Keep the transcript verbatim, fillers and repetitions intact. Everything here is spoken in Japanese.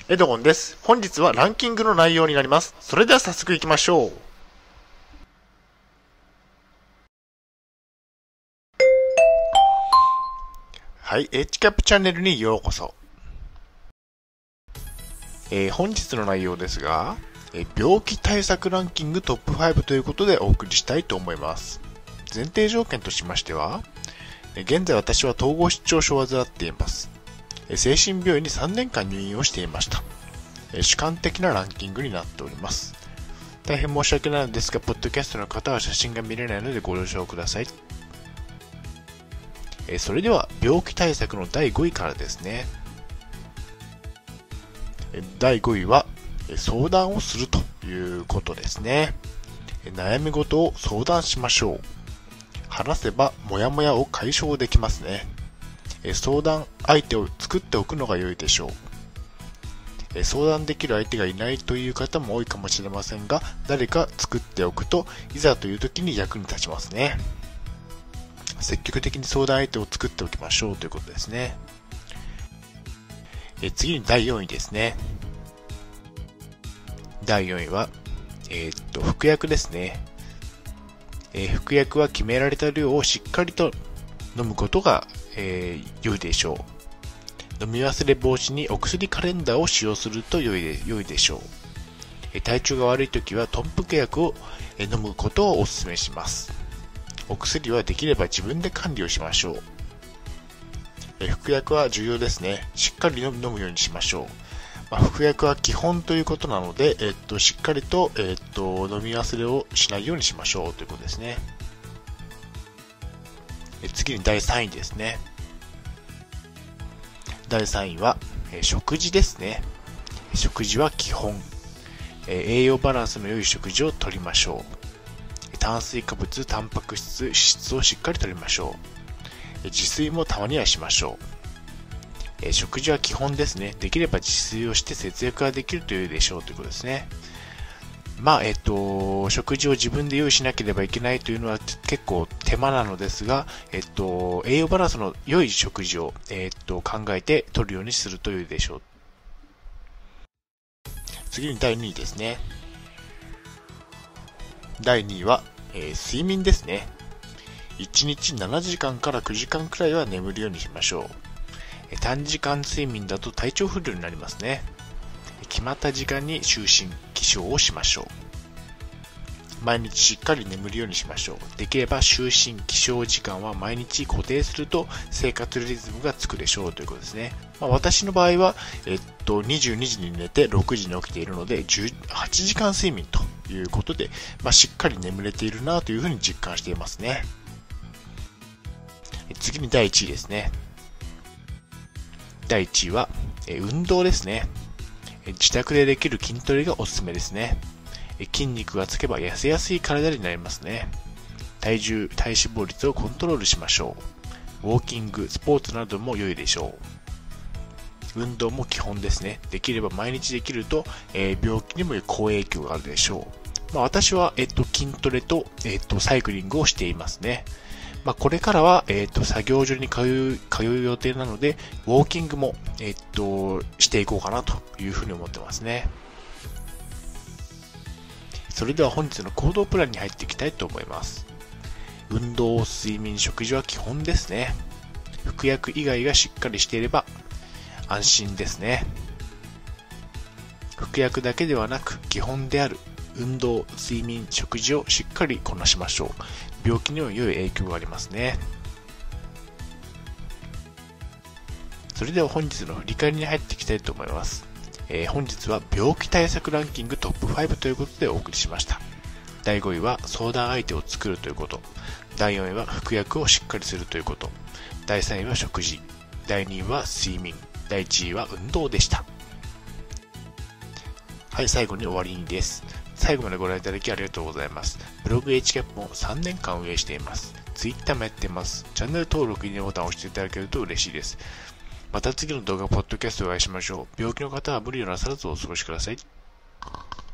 エドゴンです。本日はランキングの内容になります。それでは早速いきましょう。はい、エイチキャップ チャンネルにようこそ。えー、本日の内容ですが、えー、病気対策ランキングトップごということでお送りしたいと思います。前提条件としましては、えー、現在私は統合失調症を患っています。精神病院にさんねんかん入院をしていました。主観的なランキングになっております。大変申し訳ないのですが、ポッドキャストの方は写真が見れないのでご了承ください。それでは病気対策のだいごいからですね。だいごいは相談をするということですね。悩み事を相談しましょう。話せばモヤモヤを解消できますね。相談相手を作っておくのが良いでしょう。相談できる相手がいないという方も多いかもしれませんが、誰か作っておくといざという時に役に立ちますね。積極的に相談相手を作っておきましょうということですね。え次にだいよんいですね。だいよんいは、えー、っと服薬ですね。えー、服薬は決められた量をしっかりと飲むことが、えー、良いでしょう。飲み忘れ防止にお薬カレンダーを使用すると良いで、良いでしょう。えー、体調が悪いときは豚腹薬を、えー、飲むことをお勧めします。お薬はできれば自分で管理をしましょう。えー、服薬は重要ですね。しっかり飲むようにしましょう。まあ、服薬は基本ということなので、えー、っとしっかりと、えー、っと飲み忘れをしないようにしましょうということですね。次にだいさんいですね。だいさんいは、えー、食事ですね。食事は基本、えー、栄養バランスの良い食事をとりましょう。炭水化物、タンパク質、脂質をしっかりとりましょう。えー、自炊もたまにはしましょう。えー、食事は基本ですね。できれば自炊をして節約ができるというでしょうということですね。まあ、えっと、食事を自分で用意しなければいけないというのは結構手間なのですが、えっと、栄養バランスの良い食事を、えっと、考えて取るようにするというでしょう。次にだいにいですね。だいにいは、えー、睡眠ですね。いちにちななじかんからくじかんくらいは眠るようにしましょう。えー、短時間睡眠だと体調不良になりますね。決まった時間に就寝、起床をしましょう。毎日しっかり眠るようにしましょう。できれば就寝、起床時間は毎日固定すると生活リズムがつくでしょうということですね。まあ、私の場合は、えっと、にじゅうにじに寝てろくじに起きているのでじゅうはちじかん睡眠ということで、まあ、しっかり眠れているなというふうに実感していますね。次にだいいちいですね。だいいちいは、え運動ですね。自宅でできる筋トレがおすすめですね。筋肉がつけば痩せやすい体になりますね。体重、体脂肪率をコントロールしましょう。ウォーキング、スポーツなども良いでしょう。運動も基本ですね。できれば毎日できると、えー、病気にも好影響があるでしょう。まあ、私は、えっと、筋トレと、えっと、サイクリングをしていますね。まあ、これからは、えっと、作業所に通う、通う予定なので、ウォーキングも、えっと、していこうかなというふうに思ってますね。それでは本日の行動プランに入っていきたいと思います。運動、睡眠、食事は基本ですね。服薬以外がしっかりしていれば安心ですね。服薬だけではなく、基本である運動、睡眠、食事をしっかりこなしましょう。病気には良い影響がありますね。それでは本日の振り返りに入っていきたいと思います。えー、本日は病気対策ランキングトップごということでお送りしました。だいごいは相談相手を作るということ。だいよんいは服薬をしっかりするということ。だいさんいは食事。だいにいは睡眠。だいいちいは運動でした。はい、最後に終わりにです。最後までご覧いただきありがとうございます。ブログ エイチキャップ もさんねんかん運営しています。Twitter もやっています。チャンネル登録、いいねボタンを押していただけると嬉しいです。また次の動画、ポッドキャストでお会いしましょう。病気の方は無理をなさらずお過ごしください。